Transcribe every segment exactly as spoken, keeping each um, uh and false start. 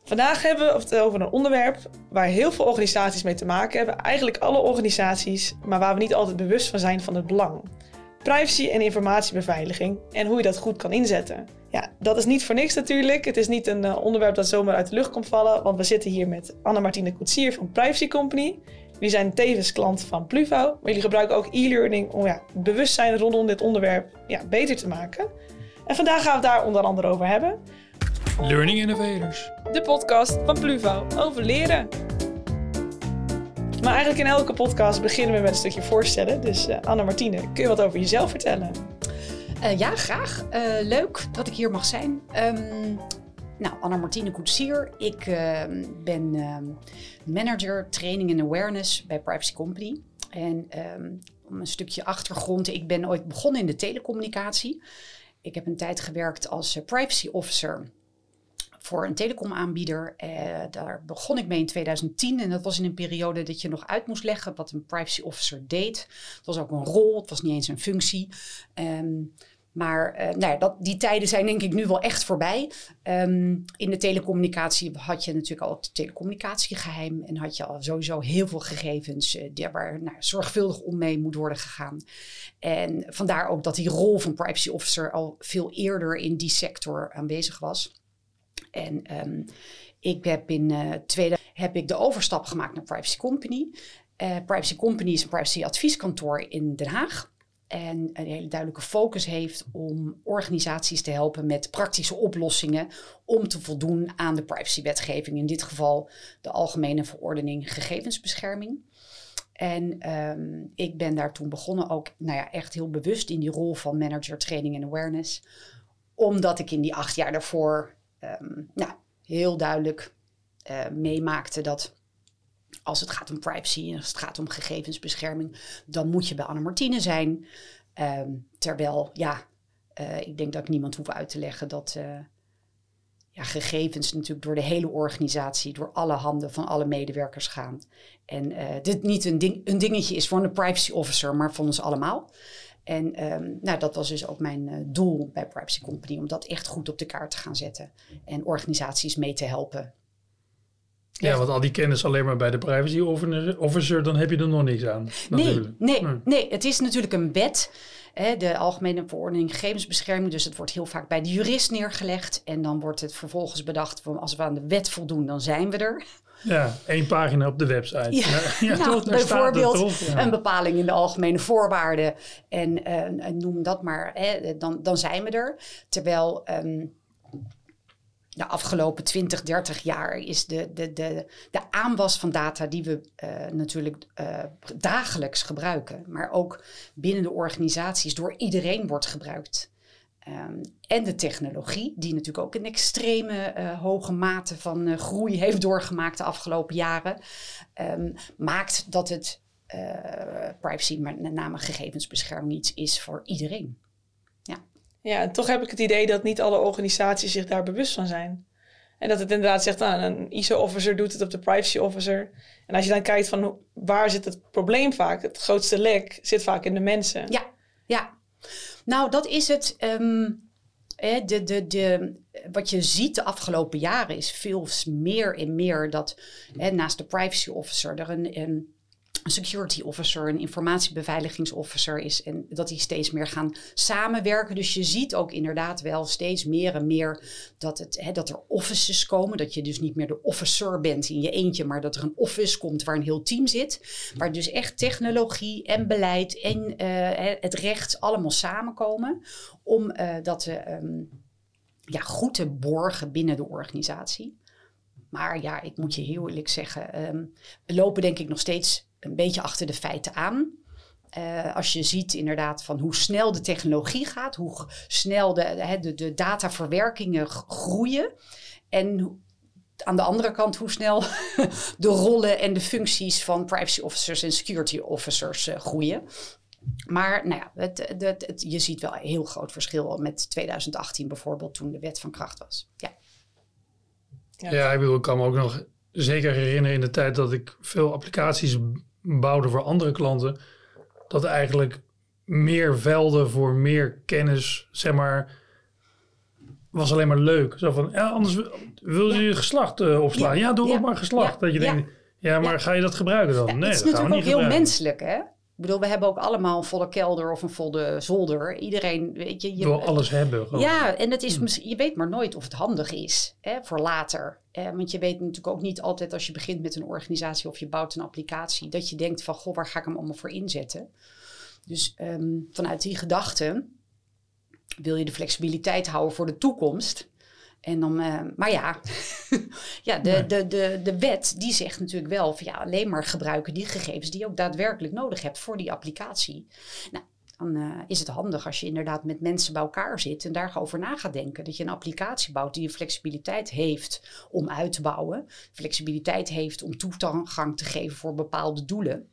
Vandaag hebben we het over een onderwerp waar heel veel organisaties mee te maken hebben. Eigenlijk alle organisaties, maar waar we niet altijd bewust van zijn van het belang. Privacy en informatiebeveiliging en hoe je dat goed kan inzetten. Ja, dat is niet voor niks natuurlijk. Het is niet een uh, onderwerp dat zomaar uit de lucht komt vallen. Want we zitten hier met Anne-Martine Koetsier van Privacy Company. Jullie zijn tevens klant van Pluvo. Maar jullie gebruiken ook e-learning om ja, het bewustzijn rondom dit onderwerp ja, beter te maken. En vandaag gaan we het daar onder andere over hebben. Learning Innovators. De podcast van Pluvo over leren. Maar eigenlijk in elke podcast beginnen we met een stukje voorstellen. Dus uh, Anne-Martine, kun je wat over jezelf vertellen? Uh, ja, graag. Uh, leuk dat ik hier mag zijn. Um, nou, Anne-Martine Koetsier. Ik uh, ben uh, manager training en awareness bij Privacy Company. En um, om een stukje achtergrond. Ik ben ooit begonnen in de telecommunicatie. Ik heb een tijd gewerkt als uh, privacy officer voor een telecomaanbieder. Uh, daar begon ik mee in twintig tien en dat was in een periode dat je nog uit moest leggen wat een privacy officer deed. Het was ook een rol, het was niet eens een functie. Um, maar uh, nou ja, dat, die tijden zijn denk ik nu wel echt voorbij. Um, in de telecommunicatie had je natuurlijk al het telecommunicatiegeheim en had je al sowieso heel veel gegevens uh, die, waar nou, zorgvuldig om mee moet worden gegaan. En vandaar ook dat die rol van privacy officer al veel eerder in die sector aanwezig was. En um, ik heb in uh, tweeduizend heb ik de overstap gemaakt naar Privacy Company. Uh, Privacy Company is een privacy advieskantoor in Den Haag. En een hele duidelijke focus heeft om organisaties te helpen met praktische oplossingen om te voldoen aan de privacywetgeving. In dit geval de Algemene Verordening Gegevensbescherming. En um, ik ben daar toen begonnen ook nou ja, echt heel bewust in die rol van manager training en awareness. Omdat ik in die acht jaar daarvoor um, nou, heel duidelijk uh, meemaakte dat als het gaat om privacy en als het gaat om gegevensbescherming, dan moet je bij Anne-Martine zijn. Um, terwijl, ja, uh, ik denk dat ik niemand hoef uit te leggen dat uh, ja, gegevens natuurlijk door de hele organisatie, door alle handen van alle medewerkers gaan. En uh, dit niet een, ding, een dingetje is voor een privacy officer, maar van ons allemaal. En um, nou, dat was dus ook mijn uh, doel bij Privacy Company, om dat echt goed op de kaart te gaan zetten en organisaties mee te helpen. Ja, ja, want al die kennis alleen maar bij de privacy officer, dan heb je er nog niks aan. Nee, nee, nee, nee, het is natuurlijk een wet, hè, de Algemene Verordening Gegevensbescherming. Dus het wordt heel vaak bij de jurist neergelegd. En dan wordt het vervolgens bedacht, van als we aan de wet voldoen, dan zijn we er. Ja, één pagina op de website. Ja, ja, nou, toch, bijvoorbeeld toch, ja. Een bepaling in de algemene voorwaarden. En uh, noem dat maar, hè, dan, dan zijn we er. Terwijl Um, de afgelopen twintig, dertig jaar is de, de, de, de aanwas van data die we uh, natuurlijk uh, dagelijks gebruiken, maar ook binnen de organisaties door iedereen wordt gebruikt. Um, en de technologie, die natuurlijk ook een extreme uh, hoge mate van uh, groei heeft doorgemaakt de afgelopen jaren, um, maakt dat het uh, privacy, maar met name gegevensbescherming, iets is voor iedereen. Ja. Ja, en toch heb ik het idee dat niet alle organisaties zich daar bewust van zijn. En dat het inderdaad zegt, nou, een I S O-officer doet het op de privacy officer. En als je dan kijkt van waar zit het probleem vaak, het grootste lek zit vaak in de mensen. Ja, ja. Nou, dat is het. Um, de, de, de, wat je ziet de afgelopen jaren is veel meer en meer dat he, naast de privacy officer er een, een een security officer, een informatiebeveiligingsofficer is en dat die steeds meer gaan samenwerken. Dus je ziet ook inderdaad wel steeds meer en meer dat, het, hè, dat er offices komen, dat je dus niet meer de officer bent in je eentje, maar dat er een office komt waar een heel team zit, waar dus echt technologie en beleid en uh, het recht allemaal samenkomen om uh, dat uh, um, ja, goed te borgen binnen de organisatie. Maar ja, ik moet je heel eerlijk zeggen, um, we lopen denk ik nog steeds een beetje achter de feiten aan. Uh, als je ziet inderdaad van hoe snel de technologie gaat, hoe snel de, de, de dataverwerkingen groeien. En aan de andere kant hoe snel de rollen en de functies van privacy officers en security officers uh, groeien. Maar nou ja, het, het, het, je ziet wel een heel groot verschil met twintig achttien bijvoorbeeld, toen de wet van kracht was. Ja. Ja, ja ik, bedoel, ik kan me ook nog zeker herinneren in de tijd dat ik veel applicaties bouwde voor andere klanten, dat eigenlijk meer velden voor meer kennis, zeg maar, was alleen maar leuk. Zo van, ja, anders wil je ja. je geslacht uh, opslaan. Ja, ja doe ja. ook maar geslacht. Ja. Dat je ja. denkt, ja, maar ja. ga je dat gebruiken dan? Ja, nee, het is dat gaan we natuurlijk niet ook heel gebruiken. menselijk, hè? Ik bedoel, we hebben ook allemaal een volle kelder of een volle zolder. Iedereen, weet je... je wil alles hebben. Gewoon. Ja, en het is, hmm. je weet maar nooit of het handig is hè, voor later. Eh, want je weet natuurlijk ook niet altijd als je begint met een organisatie of je bouwt een applicatie, dat je denkt van, goh, waar ga ik hem allemaal voor inzetten? Dus um, vanuit die gedachte wil je de flexibiliteit houden voor de toekomst. En dan, uh, maar ja, ja de, nee. de, de, de wet die zegt natuurlijk wel van ja, alleen maar gebruiken die gegevens die je ook daadwerkelijk nodig hebt voor die applicatie. Nou, dan uh, is het handig als je inderdaad met mensen bij elkaar zit en daarover na gaat denken. Dat je een applicatie bouwt die een flexibiliteit heeft om uit te bouwen. Flexibiliteit heeft om toegang te geven voor bepaalde doelen.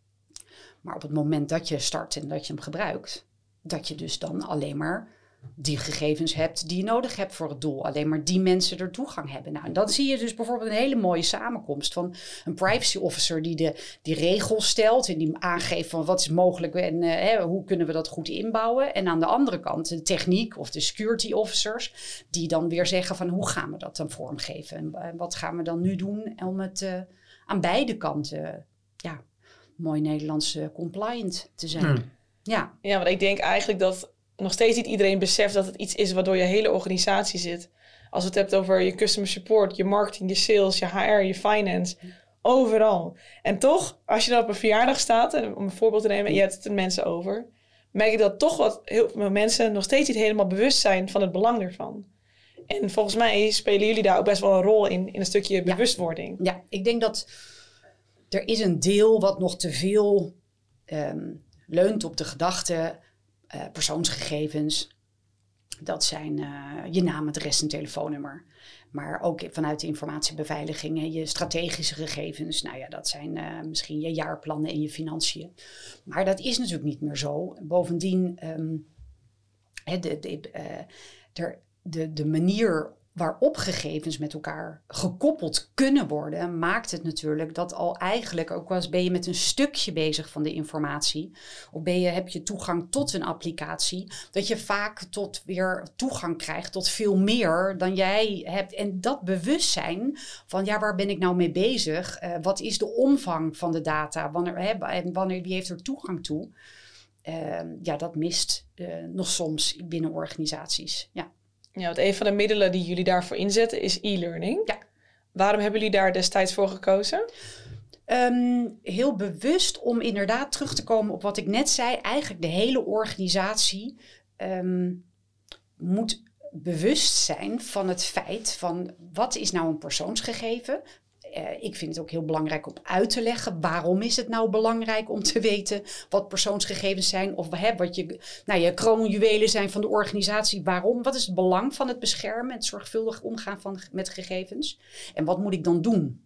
Maar op het moment dat je start en dat je hem gebruikt, dat je dus dan alleen maar die gegevens hebt die je nodig hebt voor het doel. Alleen maar die mensen er toegang hebben. Nou, en dan zie je dus bijvoorbeeld een hele mooie samenkomst van een privacy officer die de die regels stelt en die aangeeft van wat is mogelijk en uh, hè, hoe kunnen we dat goed inbouwen. En aan de andere kant de techniek of de security officers die dan weer zeggen van hoe gaan we dat dan vormgeven en uh, wat gaan we dan nu doen om het uh, aan beide kanten uh, ja, mooi Nederlands uh, compliant te zijn. Hmm. Ja. ja, want ik denk eigenlijk dat nog steeds niet iedereen beseft dat het iets is waardoor je hele organisatie zit. Als we het hebt over je customer support, je marketing, je sales, je H R, je finance. Overal. En toch, als je dan op een verjaardag staat, en om een voorbeeld te nemen, en je hebt het er mensen over, merk ik dat toch wat heel veel mensen nog steeds niet helemaal bewust zijn van het belang ervan. En volgens mij spelen jullie daar ook best wel een rol in, in een stukje ja. bewustwording. Ja, ik denk dat er is een deel wat nog te veel um, leunt op de gedachte, uh, persoonsgegevens. Dat zijn uh, je naam, adres en telefoonnummer. Maar ook vanuit de informatiebeveiliging, hè, je strategische gegevens. Nou ja, dat zijn uh, misschien je jaarplannen en je financiën. Maar dat is natuurlijk niet meer zo. Bovendien, um, hè, de, de, uh, de, de, de manier waarop gegevens met elkaar gekoppeld kunnen worden, maakt het natuurlijk dat al eigenlijk, ook als ben je met een stukje bezig van de informatie, of ben je, heb je toegang tot een applicatie, dat je vaak tot weer toegang krijgt tot veel meer dan jij hebt. En dat bewustzijn van, ja, waar ben ik nou mee bezig? Uh, wat is de omvang van de data? Wanneer, hè, en wanneer, wie heeft er toegang toe? Uh, ja, dat mist uh, nog soms binnen organisaties, ja. Ja, want een van de middelen die jullie daarvoor inzetten is e-learning. Ja. Waarom hebben jullie daar destijds voor gekozen? Um, heel bewust om inderdaad terug te komen op wat ik net zei. Eigenlijk de hele organisatie um, moet bewust zijn van het feit van wat is nou een persoonsgegeven? Uh, ik vind het ook heel belangrijk om uit te leggen. Waarom is het nou belangrijk om te weten wat persoonsgegevens zijn? Of hè, wat je, nou, je kroonjuwelen zijn van de organisatie. Waarom? Wat is het belang van het beschermen? Het zorgvuldig omgaan van, met gegevens? En wat moet ik dan doen?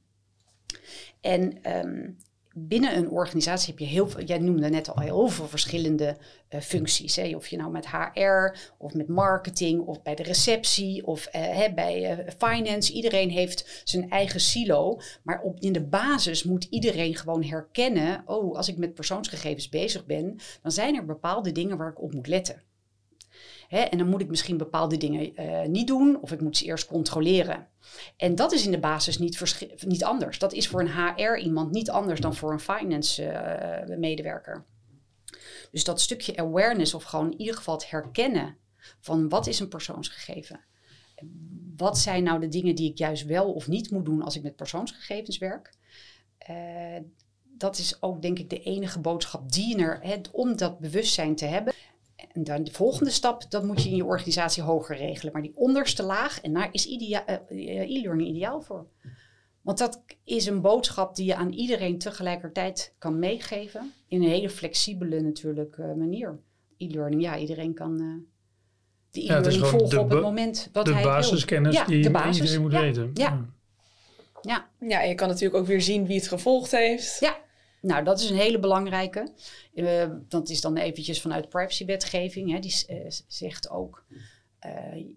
En um, binnen een organisatie heb je heel veel, jij noemde net al heel veel verschillende uh, functies. Hè? Of je nou met H R of met marketing of bij de receptie of uh, hè, bij uh, finance. Iedereen heeft zijn eigen silo. Maar op, in de basis moet iedereen gewoon herkennen, oh, als ik met persoonsgegevens bezig ben, dan zijn er bepaalde dingen waar ik op moet letten. Hè, en dan moet ik misschien bepaalde dingen uh, niet doen of ik moet ze eerst controleren. En dat is in de basis niet, verschi- niet anders. Dat is voor een H R iemand niet anders dan voor een finance uh, medewerker. Dus dat stukje awareness of gewoon in ieder geval het herkennen van wat is een persoonsgegeven. Wat zijn nou de dingen die ik juist wel of niet moet doen als ik met persoonsgegevens werk. Uh, dat is ook denk ik de enige boodschap die er, hè, om dat bewustzijn te hebben. En dan de volgende stap, dat moet je in je organisatie hoger regelen. Maar die onderste laag, en daar is idea- uh, e-learning ideaal voor. Want dat is een boodschap die je aan iedereen tegelijkertijd kan meegeven. In een hele flexibele natuurlijk uh, manier. E-learning, ja, iedereen kan uh, die e-learning ja, volgen de, op het moment wat de hij basiskennis wil. Ja, die de basis. iedereen moet ja, weten. Ja. Ja. Ja, en je kan natuurlijk ook weer zien wie het gevolgd heeft. Ja. Nou, dat is een hele belangrijke. Uh, dat is dan eventjes vanuit privacywetgeving. Hè, die uh, zegt ook, uh,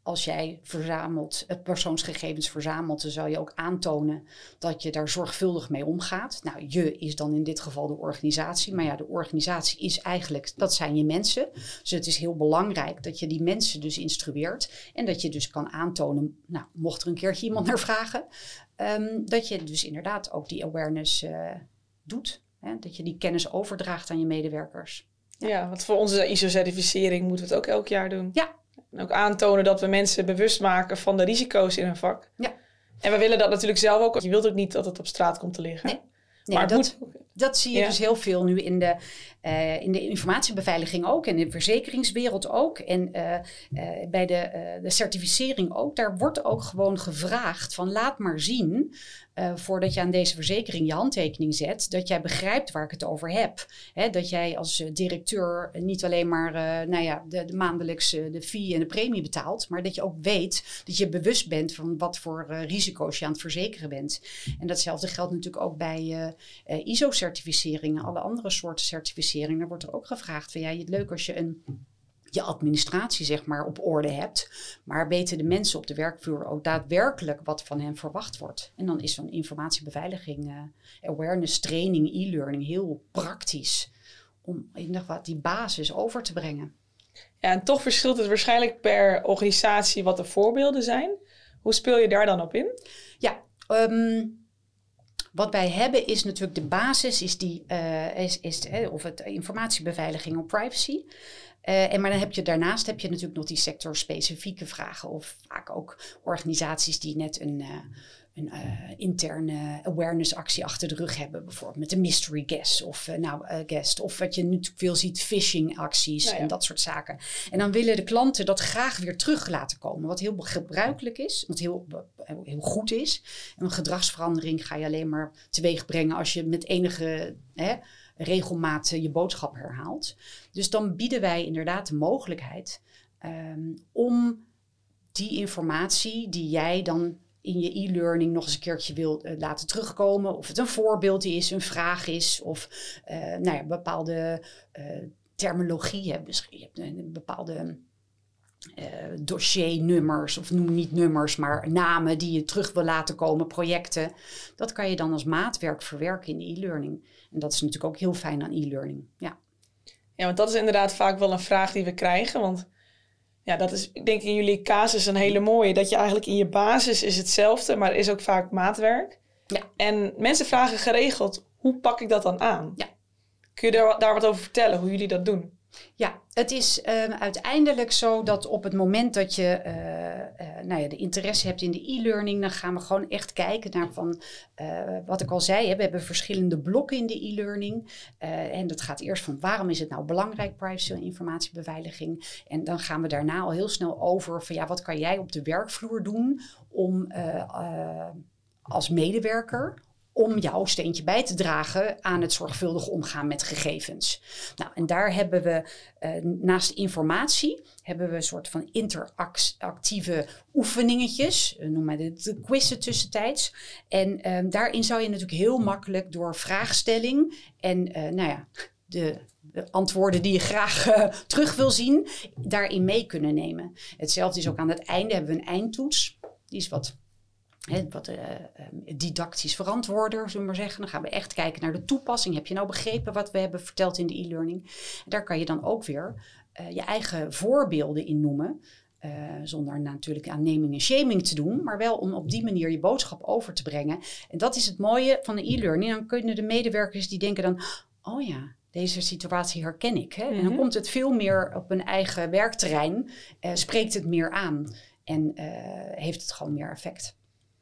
als jij verzamelt, het persoonsgegevens verzamelt, dan zal je ook aantonen dat je daar zorgvuldig mee omgaat. Nou, je is dan in dit geval de organisatie. Maar ja, de organisatie is eigenlijk, dat zijn je mensen. Dus het is heel belangrijk dat je die mensen dus instrueert. En dat je dus kan aantonen, nou, mocht er een keertje iemand naar vragen, um, dat je dus inderdaad ook die awareness uh, doet. Hè? Dat je die kennis overdraagt aan je medewerkers. Ja, ja, want voor onze I S O-certificering moeten we het ook elk jaar doen. Ja. En ook aantonen dat we mensen bewust maken van de risico's in hun vak. Ja. En we willen dat natuurlijk zelf ook. Je wilt ook niet dat het op straat komt te liggen. Nee, nee maar dat, moet... dat zie je ja. dus heel veel nu in de, uh, in de informatiebeveiliging ook. En in de verzekeringswereld ook. En uh, uh, bij de, uh, de certificering ook. Daar wordt ook gewoon gevraagd van laat maar zien... Uh, voordat je aan deze verzekering je handtekening zet, dat jij begrijpt waar ik het over heb. He, dat jij als uh, directeur niet alleen maar uh, nou ja, de, de maandelijks uh, de fee en de premie betaalt, maar dat je ook weet dat je bewust bent van wat voor uh, risico's je aan het verzekeren bent. En datzelfde geldt natuurlijk ook bij uh, uh, I S O-certificeringen, alle andere soorten certificeringen. Daar wordt er ook gevraagd van ja, het leuk als je een... je administratie zeg maar op orde hebt. Maar weten de mensen op de werkvloer ook daadwerkelijk wat van hen verwacht wordt. En dan is zo'n informatiebeveiliging, uh, awareness training, e-learning heel praktisch. Om in ieder geval die basis over te brengen. Ja, en toch verschilt het waarschijnlijk per organisatie wat de voorbeelden zijn. Hoe speel je daar dan op in? Ja, um, wat wij hebben is natuurlijk de basis, is die, uh, is, is, uh, of het informatiebeveiliging of privacy. Uh, en maar dan heb je daarnaast heb je natuurlijk nog die sectorspecifieke vragen. Of vaak ook organisaties die net een, uh, een uh, interne awareness actie achter de rug hebben. Bijvoorbeeld met de mystery guest. Of, uh, nou, uh, guest, of wat je natuurlijk veel ziet, phishing acties nou ja. en dat soort zaken. En dan willen de klanten dat graag weer terug laten komen. Wat heel gebruikelijk is, wat heel, heel goed is. En een gedragsverandering ga je alleen maar teweeg brengen als je met enige... Hè, regelmaat je boodschap herhaalt. Dus dan bieden wij inderdaad de mogelijkheid um, om die informatie die jij dan in je e-learning nog eens een keertje wil uh, laten terugkomen. Of het een voorbeeld is, een vraag is of uh, nou ja, bepaalde uh, terminologie hebt. Dus je hebt een bepaalde uh, dossiernummers of noem niet nummers, maar namen die je terug wil laten komen, projecten. Dat kan je dan als maatwerk verwerken in de e-learning. En dat is natuurlijk ook heel fijn aan e-learning. Ja. Ja, want dat is inderdaad vaak wel een vraag die we krijgen. Want ja, dat is, ik denk in jullie casus een hele mooie. Dat je eigenlijk in je basis is hetzelfde, maar er is ook vaak maatwerk. Ja. En mensen vragen geregeld, hoe pak ik dat dan aan? Ja. Kun je daar, daar wat over vertellen, hoe jullie dat doen? Ja, het is uh, uiteindelijk zo dat op het moment dat je uh, uh, nou ja, de interesse hebt in de e-learning, dan gaan we gewoon echt kijken naar van, uh, wat ik al zei, hè, we hebben verschillende blokken in de e-learning. Uh, en dat gaat eerst van waarom is het nou belangrijk, privacy en informatiebeveiliging. En dan gaan we daarna al heel snel over van ja, wat kan jij op de werkvloer doen om uh, uh, als medewerker om jouw steentje bij te dragen aan het zorgvuldig omgaan met gegevens. Nou, en daar hebben we uh, naast informatie hebben we een soort van interactieve oefeningetjes. Uh, noem maar de, de quizzen tussentijds. En um, daarin zou je natuurlijk heel makkelijk door vraagstelling en uh, nou ja, de De antwoorden die je graag uh, terug wil zien, daarin mee kunnen nemen. Hetzelfde is ook aan het einde hebben we een eindtoets. Die is wat He, wat uh, um, didactisch verantwoorden, zullen we maar zeggen. Dan gaan we echt kijken naar de toepassing. Heb je nou begrepen wat we hebben verteld in de e-learning? En daar kan je dan ook weer uh, je eigen voorbeelden in noemen. Uh, zonder natuurlijk aan naming en shaming te doen. Maar wel om op die manier je boodschap over te brengen. En dat is het mooie van de e-learning. Dan kunnen de medewerkers die denken dan, oh ja, deze situatie herken ik. Hè? Mm-hmm. En dan komt het veel meer op een eigen werkterrein. Uh, spreekt het meer aan. En uh, heeft het gewoon meer effect.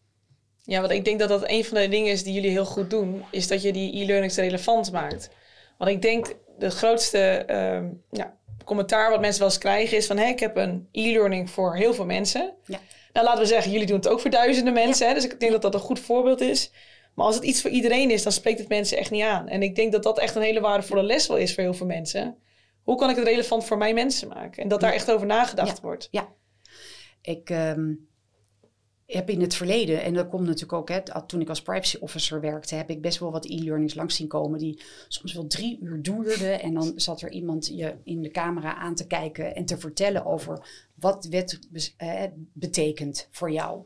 Ja, want ik denk dat dat een van de dingen is die jullie heel goed doen, is dat je die e-learnings relevant maakt. Want ik denk, de grootste uh, ja, commentaar wat mensen wel eens krijgen is van, hé, ik heb een e-learning voor heel veel mensen. Ja. Nou, laten we zeggen, jullie doen het ook voor duizenden mensen. Ja. Hè? Dus ik denk dat dat een goed voorbeeld is. Maar als het iets voor iedereen is, dan spreekt het mensen echt niet aan. En ik denk dat dat echt een hele waardevolle les wel is voor heel veel mensen. Hoe kan ik het relevant voor mijn mensen maken? En dat daar echt over nagedacht ja. wordt. Ja, ik... Um... heb in het verleden, en dat komt natuurlijk ook, hè, toen ik als privacy officer werkte, heb ik best wel wat e-learnings langs zien komen die soms wel drie uur duurden. En dan zat er iemand je in de camera aan te kijken en te vertellen over wat wet eh, betekent voor jou.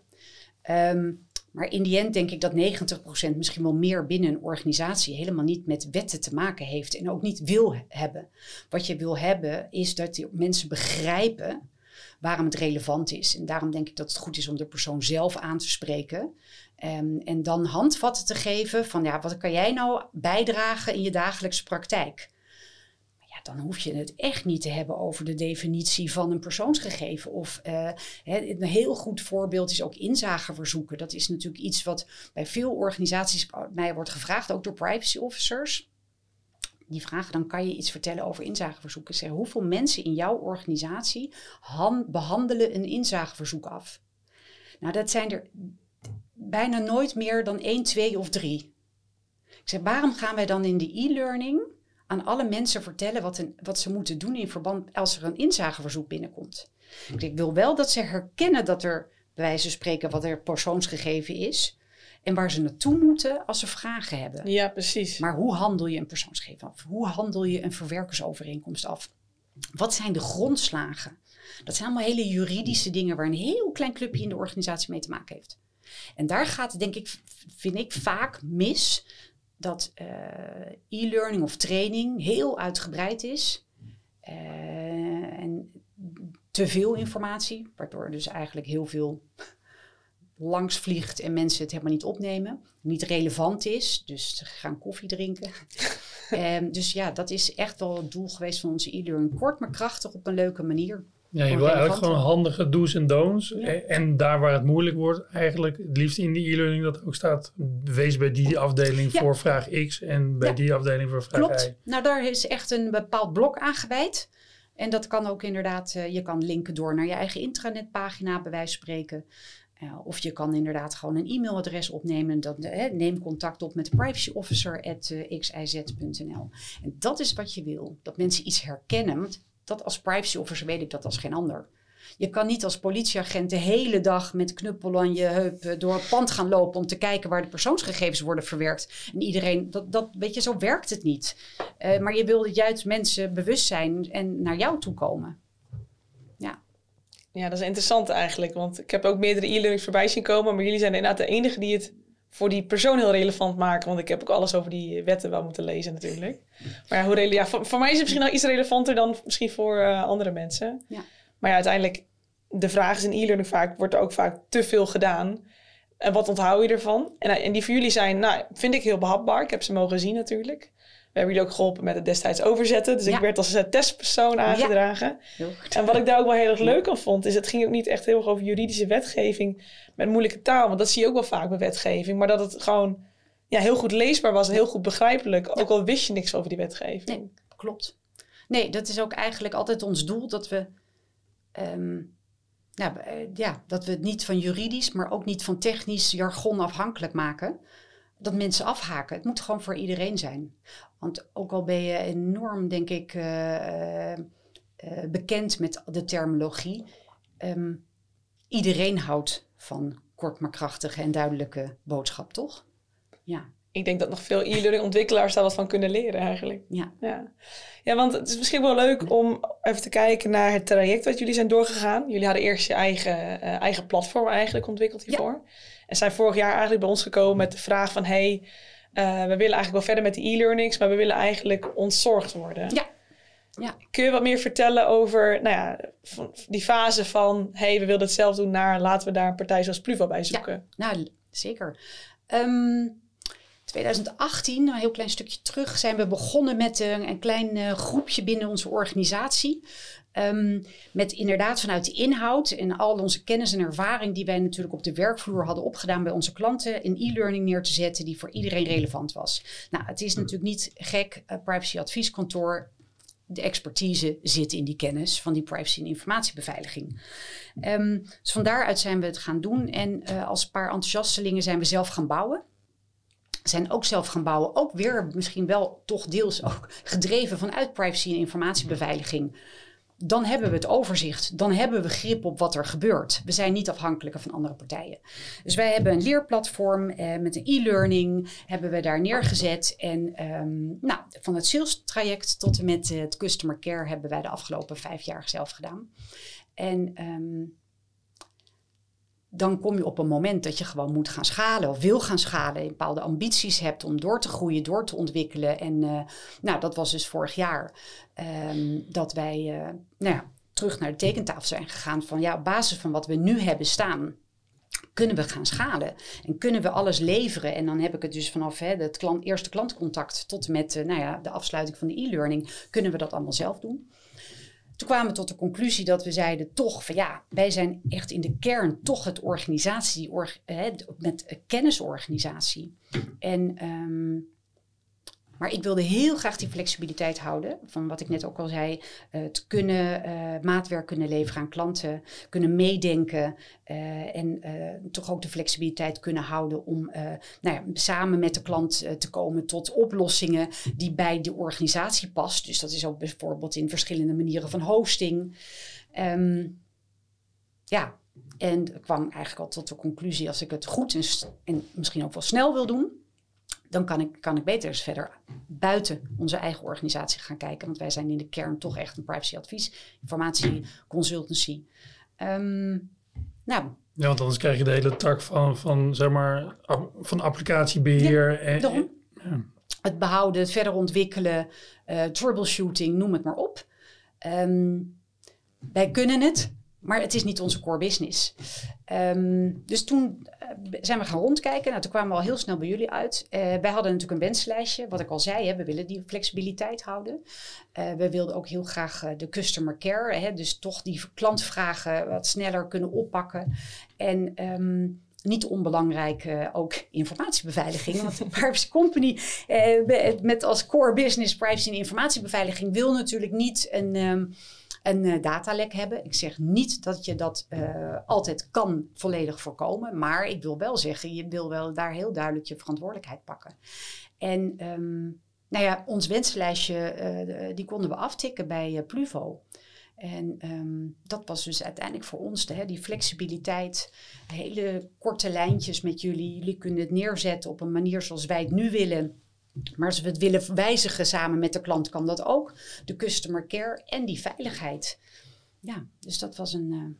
Um, maar in die end denk ik dat negentig procent, misschien wel meer binnen een organisatie, helemaal niet met wetten te maken heeft en ook niet wil hebben. Wat je wil hebben is dat die mensen begrijpen waarom het relevant is. En daarom denk ik dat het goed is om de persoon zelf aan te spreken. Um, en dan handvatten te geven van ja, wat kan jij nou bijdragen in je dagelijkse praktijk? Maar ja, dan hoef je het echt niet te hebben over de definitie van een persoonsgegeven. Of uh, he, een heel goed voorbeeld is ook inzageverzoeken. Dat is natuurlijk iets wat bij veel organisaties mij wordt gevraagd, ook door privacy officers. Die vragen, dan kan je iets vertellen over inzageverzoeken. Zeg, hoeveel mensen in jouw organisatie han, behandelen een inzageverzoek af? Nou, dat zijn er bijna nooit meer dan één, twee of drie. Ik zeg, waarom gaan wij dan in de e-learning aan alle mensen vertellen wat, een, wat ze moeten doen in verband als er een inzageverzoek binnenkomt? Ik, zeg, ik wil wel dat ze herkennen dat er, bij wijze van spreken, wat er persoonsgegeven is. En waar ze naartoe moeten als ze vragen hebben. Ja, precies. Maar hoe handel je een persoonsgegeven af? Hoe handel je een verwerkersovereenkomst af? Wat zijn de grondslagen? Dat zijn allemaal hele juridische dingen waar een heel klein clubje in de organisatie mee te maken heeft. En daar gaat het, denk ik, vind ik vaak mis dat uh, e-learning of training heel uitgebreid is. Uh, en te veel informatie, waardoor dus eigenlijk heel veel langs vliegt en mensen het helemaal niet opnemen. Niet relevant is, dus ze gaan koffie drinken. um, dus ja, dat is echt wel het doel geweest van onze e-learning. Kort, maar krachtig op een leuke manier. Ja, je wil eigenlijk gewoon handige do's en don'ts. Ja. En daar waar het moeilijk wordt, eigenlijk het liefst in die e-learning dat ook staat. Wees bij die afdeling ja. voor vraag X en bij ja. die afdeling voor vraag Klopt. Y. Nou, daar is echt een bepaald blok aan gewijd. En dat kan ook inderdaad, uh, je kan linken door naar je eigen intranetpagina, bij wijze van spreken. Uh, of je kan inderdaad gewoon een e-mailadres opnemen. Dat, uh, neem contact op met de privacy officer at x i z punt n l. En dat is wat je wil. Dat mensen iets herkennen. Want dat als privacy officer weet ik dat als geen ander. Je kan niet als politieagent de hele dag met knuppel aan je heup door het pand gaan lopen om te kijken waar de persoonsgegevens worden verwerkt. En iedereen, dat, dat weet je, zo werkt het niet. Uh, maar je wil dat juist mensen bewust zijn en naar jou toe komen. Ja. Ja, dat is interessant eigenlijk. Want ik heb ook meerdere e-learnings voorbij zien komen. Maar jullie zijn inderdaad de enige die het voor die persoon heel relevant maken. Want ik heb ook alles over die wetten wel moeten lezen natuurlijk. Maar ja, hoe rele- ja, voor, voor mij is het misschien nog iets relevanter dan misschien voor uh, andere mensen. Ja. Maar ja, uiteindelijk, de vraag is in e-learning vaak, wordt er ook vaak te veel gedaan. En wat onthoud je ervan? En, en die voor jullie zijn, nou, vind ik heel behapbaar. Ik heb ze mogen zien natuurlijk. We hebben jullie ook geholpen met het destijds overzetten. Dus ja. ik werd als uh, testpersoon aangedragen. Ja. En wat ik daar ook wel heel erg leuk aan vond, is het ging ook niet echt heel erg over juridische wetgeving met moeilijke taal. Want dat zie je ook wel vaak bij wetgeving. Maar dat het gewoon ja, heel goed leesbaar was en heel goed begrijpelijk. Ja. Ook al wist je niks over die wetgeving. Nee, klopt. Nee, dat is ook eigenlijk altijd ons doel dat we... Um, nou, ja, dat we het niet van juridisch, maar ook niet van technisch jargon afhankelijk maken. Dat mensen afhaken. Het moet gewoon voor iedereen zijn. Want ook al ben je enorm, denk ik, uh, uh, bekend met de terminologie. Um, iedereen houdt van kort maar krachtige en duidelijke boodschap, toch? Ja. Ik denk dat nog veel e-learning ontwikkelaars daar wat van kunnen leren eigenlijk. Ja. Ja. Ja, want het is misschien wel leuk om even te kijken naar het traject wat jullie zijn doorgegaan. Jullie hadden eerst je eigen, uh, eigen platform eigenlijk ontwikkeld hiervoor. Ja. En zijn vorig jaar eigenlijk bij ons gekomen met de vraag van... hey, uh, we willen eigenlijk wel verder met de e-learnings, maar we willen eigenlijk ontzorgd worden. Ja. Ja. Kun je wat meer vertellen over nou ja, die fase van... hey, we wilden het zelf doen naar laten we daar een partij zoals Pluvo bij zoeken? Ja, nou, zeker. Um, twintig achttien, een heel klein stukje terug, zijn we begonnen met een, een klein uh, groepje binnen onze organisatie. Um, met inderdaad vanuit de inhoud en al onze kennis en ervaring die wij natuurlijk op de werkvloer hadden opgedaan bij onze klanten, een e-learning neer te zetten die voor iedereen relevant was. Nou, het is natuurlijk niet gek, uh, privacy advieskantoor. De expertise zit in die kennis van die privacy en informatiebeveiliging. Um, dus van daaruit zijn we het gaan doen en uh, als een paar enthousiastelingen zijn we zelf gaan bouwen. Zijn ook zelf gaan bouwen. Ook weer misschien wel toch deels ook gedreven vanuit privacy en informatiebeveiliging. dan hebben we het overzicht. Dan hebben we grip op wat er gebeurt. We zijn niet afhankelijk van andere partijen. Dus wij hebben een leerplatform eh, met een e-learning. Hebben we daar neergezet. En um, nou, van het sales traject tot en met het customer care hebben wij de afgelopen vijf jaar zelf gedaan. En um, dan kom je op een moment dat je gewoon moet gaan schalen of wil gaan schalen. Je bepaalde ambities hebt om door te groeien, door te ontwikkelen. En uh, nou, dat was dus vorig jaar um, dat wij uh, nou ja, terug naar de tekentafel zijn gegaan. Van ja, op basis van wat we nu hebben staan, kunnen we gaan schalen. En kunnen we alles leveren. En dan heb ik het dus vanaf hè, het klant, eerste klantcontact tot en met uh, nou ja, de afsluiting van de e-learning. Kunnen we dat allemaal zelf doen. Toen kwamen we tot de conclusie dat we zeiden toch van ja, wij zijn echt in de kern toch het organisatie, or, hè, met een kennisorganisatie. En, um, maar ik wilde heel graag die flexibiliteit houden van wat ik net ook al zei. Uh, het kunnen uh, maatwerk kunnen leveren aan klanten, kunnen meedenken uh, en uh, toch ook de flexibiliteit kunnen houden om uh, nou ja, samen met de klant uh, te komen tot oplossingen die bij de organisatie past. Dus dat is ook bijvoorbeeld in verschillende manieren van hosting. Um, ja, en ik kwam eigenlijk al tot de conclusie als ik het goed en, en misschien ook wel snel wil doen, dan kan ik, kan ik beter eens verder buiten onze eigen organisatie gaan kijken. Want wij zijn in de kern toch echt een privacyadvies, informatie, consultancy. Um, nou, ja, want anders krijg je de hele tak van, van, zeg maar, van applicatiebeheer. Ja, en, en, ja. Het behouden, het verder ontwikkelen, uh, troubleshooting, noem het maar op. Um, wij kunnen het, maar het is niet onze core business. Um, dus toen uh, zijn we gaan rondkijken. Nou, toen kwamen we al heel snel bij jullie uit. Uh, wij hadden natuurlijk een wenslijstje. Wat ik al zei, hè, we willen die flexibiliteit houden. Uh, we wilden ook heel graag uh, de customer care. Hè, dus toch die klantvragen wat sneller kunnen oppakken. En um, niet onbelangrijk uh, ook informatiebeveiliging. Want de Privacy Company uh, met als core business privacy en informatiebeveiliging wil natuurlijk niet een... Um, een uh, datalek hebben. Ik zeg niet dat je dat uh, altijd kan volledig voorkomen. Maar ik wil wel zeggen, je wil wel daar heel duidelijk je verantwoordelijkheid pakken. En um, nou ja, ons wenslijstje, uh, die konden we aftikken bij uh, Pluvo. En um, dat was dus uiteindelijk voor ons de, hè, die flexibiliteit. Hele korte lijntjes met jullie. Jullie kunnen het neerzetten op een manier zoals wij het nu willen. Maar als we het willen wijzigen samen met de klant, kan dat ook. De customer care en die veiligheid. Ja, dus dat was een uh,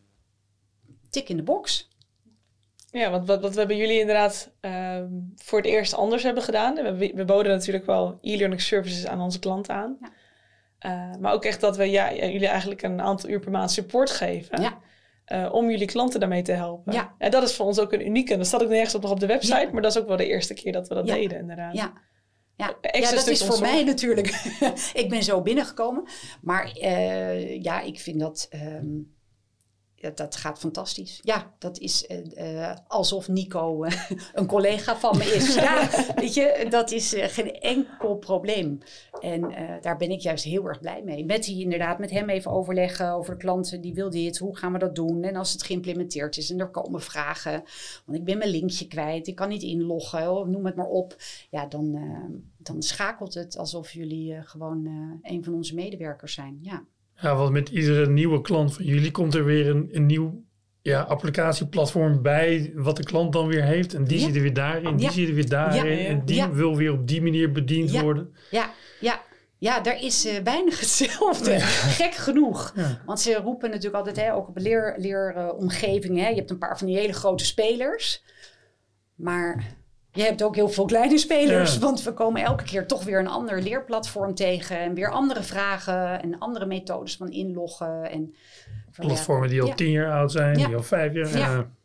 tik in de box. Ja, want wat, wat we bij jullie inderdaad uh, voor het eerst anders hebben gedaan. We, we boden natuurlijk wel e-learning services aan onze klanten aan. Ja. Uh, maar ook echt dat we ja, jullie eigenlijk een aantal uur per maand support geven. Ja. Uh, om jullie klanten daarmee te helpen. Ja. Ja, dat is voor ons ook een unieke. Dat staat ook nergens op nog op de website. Ja. Maar dat is ook wel de eerste keer dat we dat ja. deden inderdaad. Ja. Ja, ja, dat is voor mij natuurlijk... ik ben zo binnengekomen. Maar uh, ja, ik vind dat... Um, ja, dat gaat fantastisch. Ja, dat is uh, uh, alsof Nico uh, een collega van me is. Ja, weet je, dat is uh, geen enkel probleem. En uh, daar ben ik juist heel erg blij mee. Met die inderdaad, met hem even overleggen over de klanten. Die wil dit, hoe gaan we dat doen? En als het geïmplementeerd is en er komen vragen. Want ik ben mijn linkje kwijt. Ik kan niet inloggen, oh, noem het maar op. Ja, dan, uh, dan schakelt het alsof jullie uh, gewoon uh, een van onze medewerkers zijn. Ja. Ja, want met iedere nieuwe klant van jullie komt er weer een, een nieuw ja, applicatieplatform bij wat de klant dan weer heeft. En die ja. zit er weer daarin, die ja. zit er weer daarin. Ja. En die ja. wil weer op die manier bediend ja. worden. Ja, ja. Ja, daar is uh, weinig hetzelfde. Ja. Gek genoeg. Ja. Want ze roepen natuurlijk altijd, hè, ook op leer, leeromgevingen. Uh, je hebt een paar van die hele grote spelers. Maar... je hebt ook heel veel kleine spelers, ja. want we komen elke keer toch weer een ander leerplatform tegen. En weer andere vragen en andere methodes van inloggen. En platformen die al ja. tien jaar oud zijn, ja. die al vijf jaar. Ja. Uh.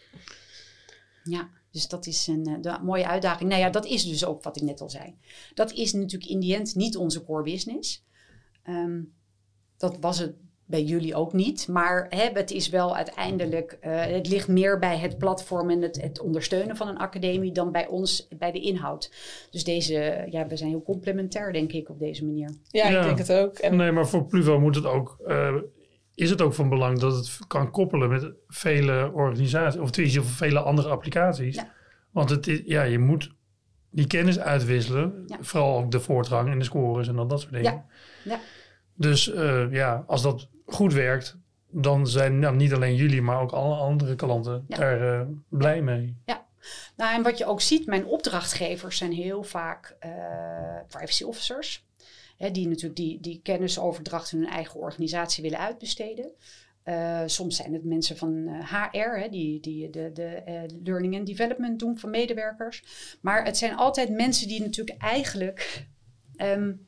ja, dus dat is een uh, mooie uitdaging. Nou ja, dat is dus ook wat ik net al zei. Dat is natuurlijk in die end niet onze core business. Um, dat was het bij jullie ook niet. Maar hè, het is wel uiteindelijk... Uh, het ligt meer bij het platform en het, het ondersteunen van een academie... dan bij ons, bij de inhoud. Dus deze, ja, we zijn heel complementair, denk ik, op deze manier. Ja, ja. ik denk het ook. En... nee, maar voor Pluvo moet het ook... Uh, is het ook van belang dat het kan koppelen met vele organisaties... of tenminste vele andere applicaties. Ja. Want het is, ja, je moet die kennis uitwisselen. Ja. Vooral ook de voortgang en de scores en al dat soort dingen. Ja, ja. Dus uh, ja, als dat goed werkt, dan zijn nou, niet alleen jullie, maar ook alle andere klanten ja. daar uh, blij mee. Ja. Nou, en wat je ook ziet, mijn opdrachtgevers zijn heel vaak uh, privacy officers. Hè, die natuurlijk die, die kennisoverdracht in hun eigen organisatie willen uitbesteden. Uh, soms zijn het mensen van uh, H R, hè, die, die de, de uh, learning and development doen van medewerkers. Maar het zijn altijd mensen die natuurlijk eigenlijk um,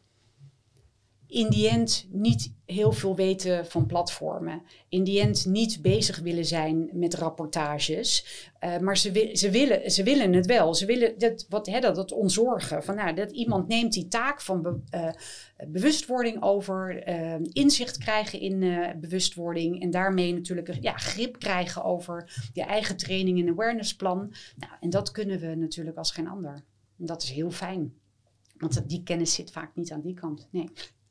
in die end niet heel veel weten van platformen. In die end niet bezig willen zijn met rapportages. Uh, maar ze, wil, ze, willen, ze willen het wel. Ze willen dat, wat, hè, dat, dat ontzorgen. Van, nou, dat iemand neemt die taak van be, uh, bewustwording over. Uh, inzicht krijgen in uh, bewustwording. En daarmee natuurlijk ja, grip krijgen over je eigen training en awareness-plan. Nou, en dat kunnen we natuurlijk als geen ander. En dat is heel fijn. Want die kennis zit vaak niet aan die kant. Nee.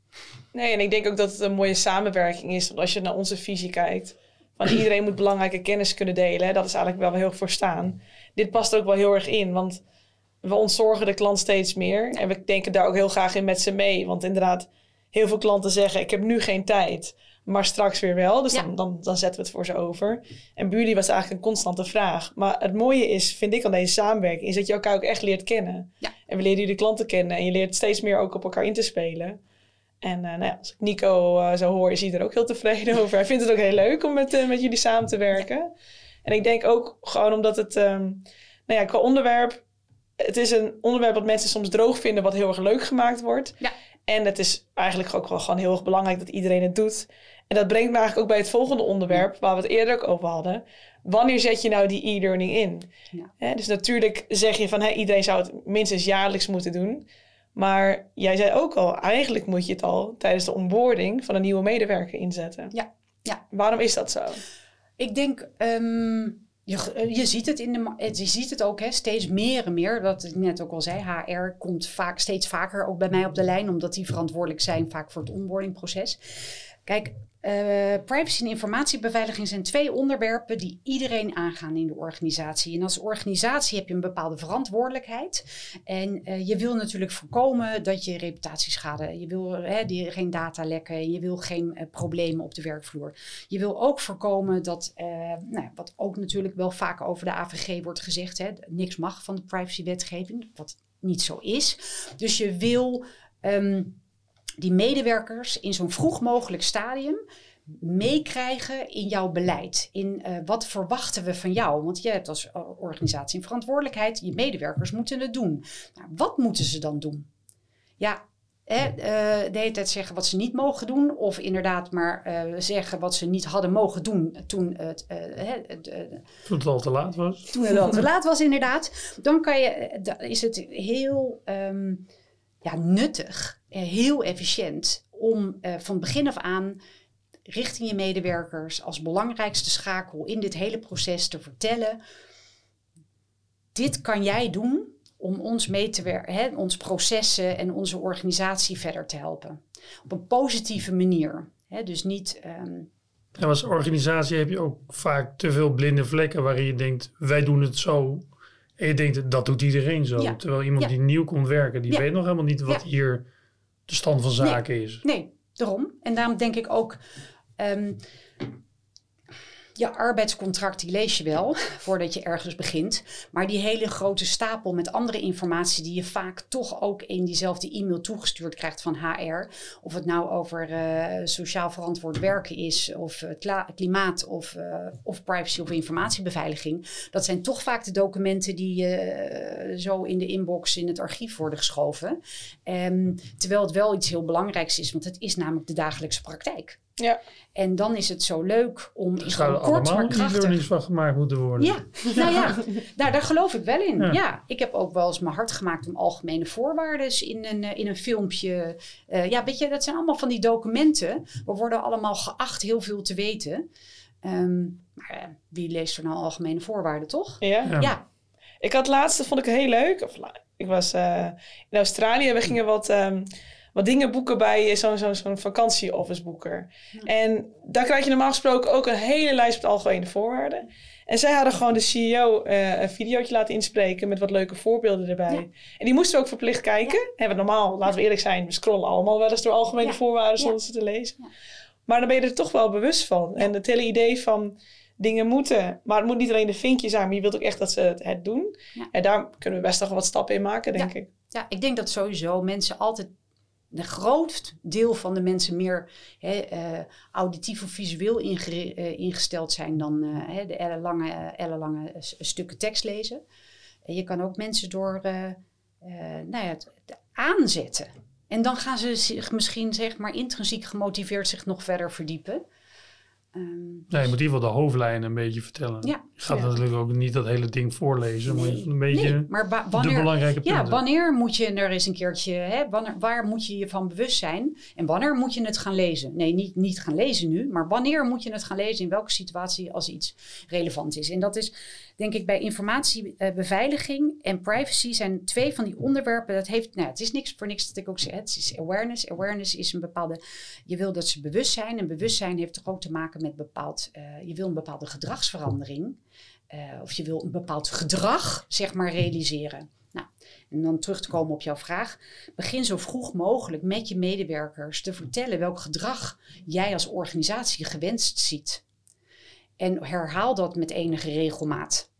Nee, en ik denk ook dat het een mooie samenwerking is. Want als je naar onze visie kijkt, van iedereen moet belangrijke kennis kunnen delen. Hè, dat is eigenlijk wel heel voor staan. Dit past ook wel heel erg in, want we ontzorgen de klant steeds meer. En we denken daar ook heel graag in met ze mee. Want inderdaad, heel veel klanten zeggen, ik heb nu geen tijd, maar straks weer wel. Dus ja. dan, dan, dan zetten we het voor ze over. En bij jullie was eigenlijk een constante vraag. Maar het mooie is, vind ik aan deze samenwerking, is dat je elkaar ook echt leert kennen. Ja. En we leren jullie klanten kennen. En je leert steeds meer ook op elkaar in te spelen. En uh, nou ja, als ik Nico uh, zo hoor, is hij er ook heel tevreden over. Hij vindt het ook heel leuk om met, uh, met jullie samen te werken. En ik denk ook gewoon omdat het, um, nou ja, qua onderwerp, het is een onderwerp wat mensen soms droog vinden, wat heel erg leuk gemaakt wordt. Ja. En het is eigenlijk ook wel gewoon heel erg belangrijk dat iedereen het doet. En dat brengt me eigenlijk ook bij het volgende onderwerp, waar we het eerder ook over hadden. Wanneer zet je nou die e-learning in? Ja. Hè, dus natuurlijk zeg je van, hey, iedereen zou het minstens jaarlijks moeten doen. Maar jij zei ook al, eigenlijk moet je het al tijdens de onboarding van een nieuwe medewerker inzetten. Ja. Ja. Waarom is dat zo? Ik denk, um, je, je ziet het in de, je ziet het ook hè, steeds meer en meer. Wat ik net ook al zei, H R komt vaak steeds vaker ook bij mij op de lijn, omdat die verantwoordelijk zijn vaak voor het onboardingproces. Kijk, uh, privacy en informatiebeveiliging zijn twee onderwerpen die iedereen aangaan in de organisatie. En als organisatie heb je een bepaalde verantwoordelijkheid. En uh, je wil natuurlijk voorkomen dat je reputatieschade, je wil hè, die, geen datalekken, je wil geen uh, problemen op de werkvloer. Je wil ook voorkomen dat, uh, nou, wat ook natuurlijk wel vaak over de A V G wordt gezegd, hè, niks mag van de privacywetgeving, wat niet zo is. Dus je wil Um, die medewerkers in zo'n vroeg mogelijk stadium meekrijgen in jouw beleid. In uh, wat verwachten we van jou? Want je hebt als organisatie een verantwoordelijkheid. Je medewerkers moeten het doen. Nou, wat moeten ze dan doen? Ja, hè, uh, de hele tijd zeggen wat ze niet mogen doen. Of inderdaad maar uh, zeggen wat ze niet hadden mogen doen toen het, uh, uh, toen het al te laat was. Toen het al te laat was, inderdaad. Dan kan je, dan is het heel um, ja, nuttig. Heel efficiënt om uh, van begin af aan richting je medewerkers als belangrijkste schakel in dit hele proces te vertellen. Dit kan jij doen om ons mee te werken, hè, ons processen en onze organisatie verder te helpen. Op een positieve manier. Hè, dus niet. Um... Ja, als organisatie heb je ook vaak te veel blinde vlekken waarin je denkt, wij doen het zo. En je denkt, dat doet iedereen zo. Ja. Terwijl iemand ja. die nieuw komt werken, die ja. weet nog helemaal niet wat ja. hier de stand van zaken nee, is. Nee, daarom. En daarom denk ik ook, um, je arbeidscontract die lees je wel voordat je ergens begint. Maar die hele grote stapel met andere informatie die je vaak toch ook in diezelfde e-mail toegestuurd krijgt van H R. Of het nou over uh, sociaal verantwoord werken is, of uh, kla- klimaat, of, uh, of privacy of informatiebeveiliging. Dat zijn toch vaak de documenten die uh, zo in de inbox in het archief worden geschoven. Um, terwijl het wel iets heel belangrijks is, want het is namelijk de dagelijkse praktijk. Ja. En dan is het zo leuk om er zouden allemaal e-learnings van gemaakt moeten worden. Ja, nou ja, daar, daar geloof ik wel in. Ja. ja, ik heb ook wel eens mijn hart gemaakt om algemene voorwaarden in een, in een filmpje. Uh, ja, weet je, dat zijn allemaal van die documenten. We worden allemaal geacht heel veel te weten. Um, maar uh, wie leest er nou algemene voorwaarden, toch? Ja. ja. ja. Ik had laatst, dat vond ik heel leuk. Of, ik was uh, in Australië, we gingen wat... Um, wat dingen boeken bij zo'n, zo'n, zo'n vakantieoffice boeker. Ja. En daar krijg je normaal gesproken ook een hele lijst met algemene voorwaarden. En zij hadden gewoon de C E O uh, een videootje laten inspreken met wat leuke voorbeelden erbij. Ja. En die moesten we ook verplicht kijken. Ja. En normaal, laten we eerlijk zijn, we scrollen allemaal wel eens door algemene ja. voorwaarden zonder ja. ze te lezen. Ja. Maar dan ben je er toch wel bewust van. En het hele idee van dingen moeten. Maar het moet niet alleen de vinkje zijn, maar je wilt ook echt dat ze het, het doen. Ja. En daar kunnen we best nog wat stappen in maken, denk ja. ik. Ja, ik denk dat sowieso mensen altijd... Een groot deel van de mensen meer hè, uh, auditief of visueel inge- uh, ingesteld zijn dan uh, de ellenlange, uh, ellenlange uh, stukken tekst lezen. En je kan ook mensen door uh, uh, nou ja, het, het aanzetten. En dan gaan ze zich misschien zeg maar intrinsiek gemotiveerd zich nog verder verdiepen. Um, ja, je moet in ieder geval de hoofdlijnen een beetje vertellen. Ja, je gaat ja. natuurlijk ook niet dat hele ding voorlezen, nee, maar een beetje nee, maar ba- wanneer, de belangrijke punten. Ja, wanneer moet je er eens een keertje, hè, wanneer, waar moet je je van bewust zijn en wanneer moet je het gaan lezen? Nee, niet, niet gaan lezen nu, maar wanneer moet je het gaan lezen, in welke situatie als iets relevant is. En dat is, denk ik, bij informatiebeveiliging en privacy zijn twee van die onderwerpen. Dat heeft, nou, het is niks voor niks dat ik ook zeg, het is awareness. Awareness is een bepaalde, je wil dat ze bewust zijn en bewustzijn heeft toch ook te maken met bepaald, uh, je wil een bepaalde gedragsverandering. Uh, of je wil een bepaald gedrag, zeg maar, realiseren. Nou, en dan terug te komen op jouw vraag. Begin zo vroeg mogelijk met je medewerkers te vertellen welk gedrag jij als organisatie gewenst ziet. En herhaal dat met enige regelmaat.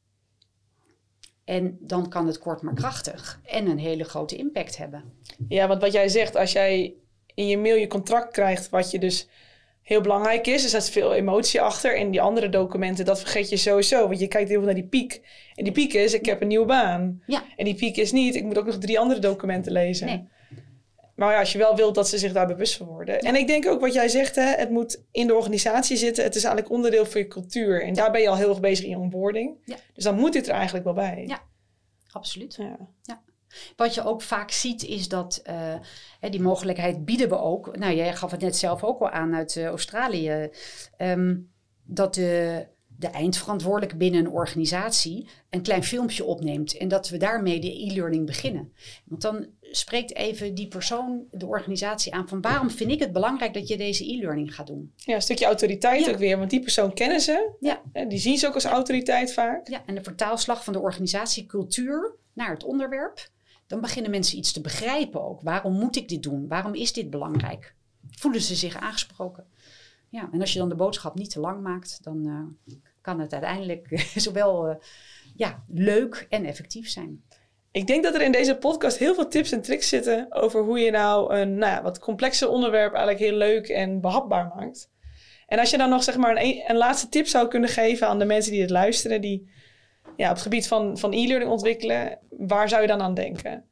En dan kan het kort maar krachtig en een hele grote impact hebben. Ja, want wat jij zegt, als jij in je mail je contract krijgt, wat je dus heel belangrijk is, er staat veel emotie achter. En die andere documenten, dat vergeet je sowieso. Want je kijkt heel veel naar die piek. En die piek is, ik heb een nieuwe baan. Ja. En die piek is niet, ik moet ook nog drie andere documenten lezen. Nee. Maar ja, als je wel wilt dat ze zich daar bewust van worden. Ja. En ik denk ook wat jij zegt, hè, het moet in de organisatie zitten. Het is eigenlijk onderdeel van je cultuur. En daar ben je al heel erg bezig in je onboarding. Ja. Dus dan moet dit er eigenlijk wel bij. Ja, absoluut. Ja. Ja. Wat je ook vaak ziet is dat, uh, hè, die mogelijkheid bieden we ook. Nou, jij gaf het net zelf ook al aan uit uh, Australië. Um, dat de, de eindverantwoordelijke binnen een organisatie een klein filmpje opneemt. En dat we daarmee de e-learning beginnen. Want dan spreekt even die persoon, de organisatie aan van waarom vind ik het belangrijk dat je deze e-learning gaat doen. Ja, een stukje autoriteit ja. ook weer. Want die persoon kennen ze. Ja. Die zien ze ook als autoriteit vaak. Ja, en de vertaalslag van de organisatiecultuur naar het onderwerp. Dan beginnen mensen iets te begrijpen ook. Waarom moet ik dit doen? Waarom is dit belangrijk? Voelen ze zich aangesproken? Ja, en als je dan de boodschap niet te lang maakt, dan uh, kan het uiteindelijk uh, zowel uh, ja, leuk en effectief zijn. Ik denk dat er in deze podcast heel veel tips en tricks zitten over hoe je nou een nou ja, wat complexer onderwerp eigenlijk heel leuk en behapbaar maakt. En als je dan nog zeg maar een, een laatste tip zou kunnen geven aan de mensen die het luisteren, die ja, op het gebied van, van e-learning ontwikkelen, waar zou je dan aan denken?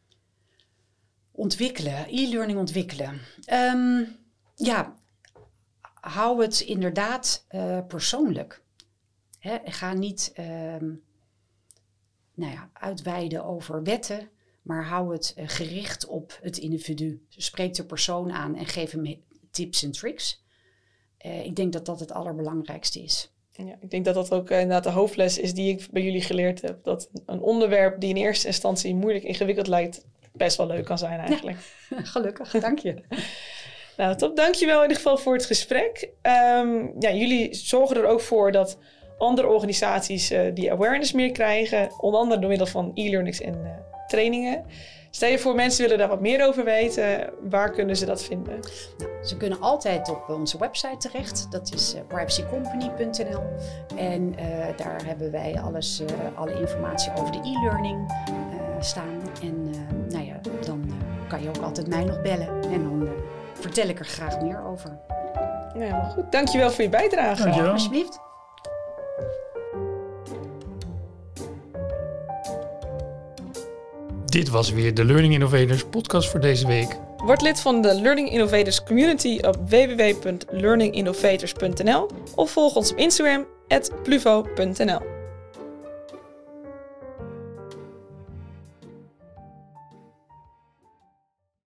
Ontwikkelen, e-learning ontwikkelen. Um, ja, hou het inderdaad uh, persoonlijk. Hè, ga niet um, nou ja, uitweiden over wetten, maar hou het uh, gericht op het individu. Spreek de persoon aan en geef hem tips en tricks. Uh, ik denk dat dat het allerbelangrijkste is. Ja, ik denk dat dat ook uh, inderdaad de hoofdles is die ik bij jullie geleerd heb. Dat een onderwerp die in eerste instantie moeilijk ingewikkeld lijkt, best wel leuk kan zijn eigenlijk. Ja, gelukkig, dank je. Nou, top. Dankjewel in ieder geval voor het gesprek. Um, ja, jullie zorgen er ook voor dat andere organisaties uh, die awareness meer krijgen. Onder andere door middel van e-learnings en uh, trainingen. Stel je voor, mensen willen daar wat meer over weten. Waar kunnen ze dat vinden? Nou, ze kunnen altijd op onze website terecht. Dat is uh, privacy company punt n l. En uh, daar hebben wij alles, uh, alle informatie over de e-learning uh, staan. En uh, nou ja, dan uh, kan je ook altijd mij nog bellen. En dan uh, vertel ik er graag meer over. Ja, maar goed. Dankjewel voor je bijdrage. Dankjewel. Alsjeblieft. Dit was weer de Learning Innovators podcast voor deze week. Word lid van de Learning Innovators community op w w w punt learning innovators punt n l of volg ons op Instagram at pluvo punt n l.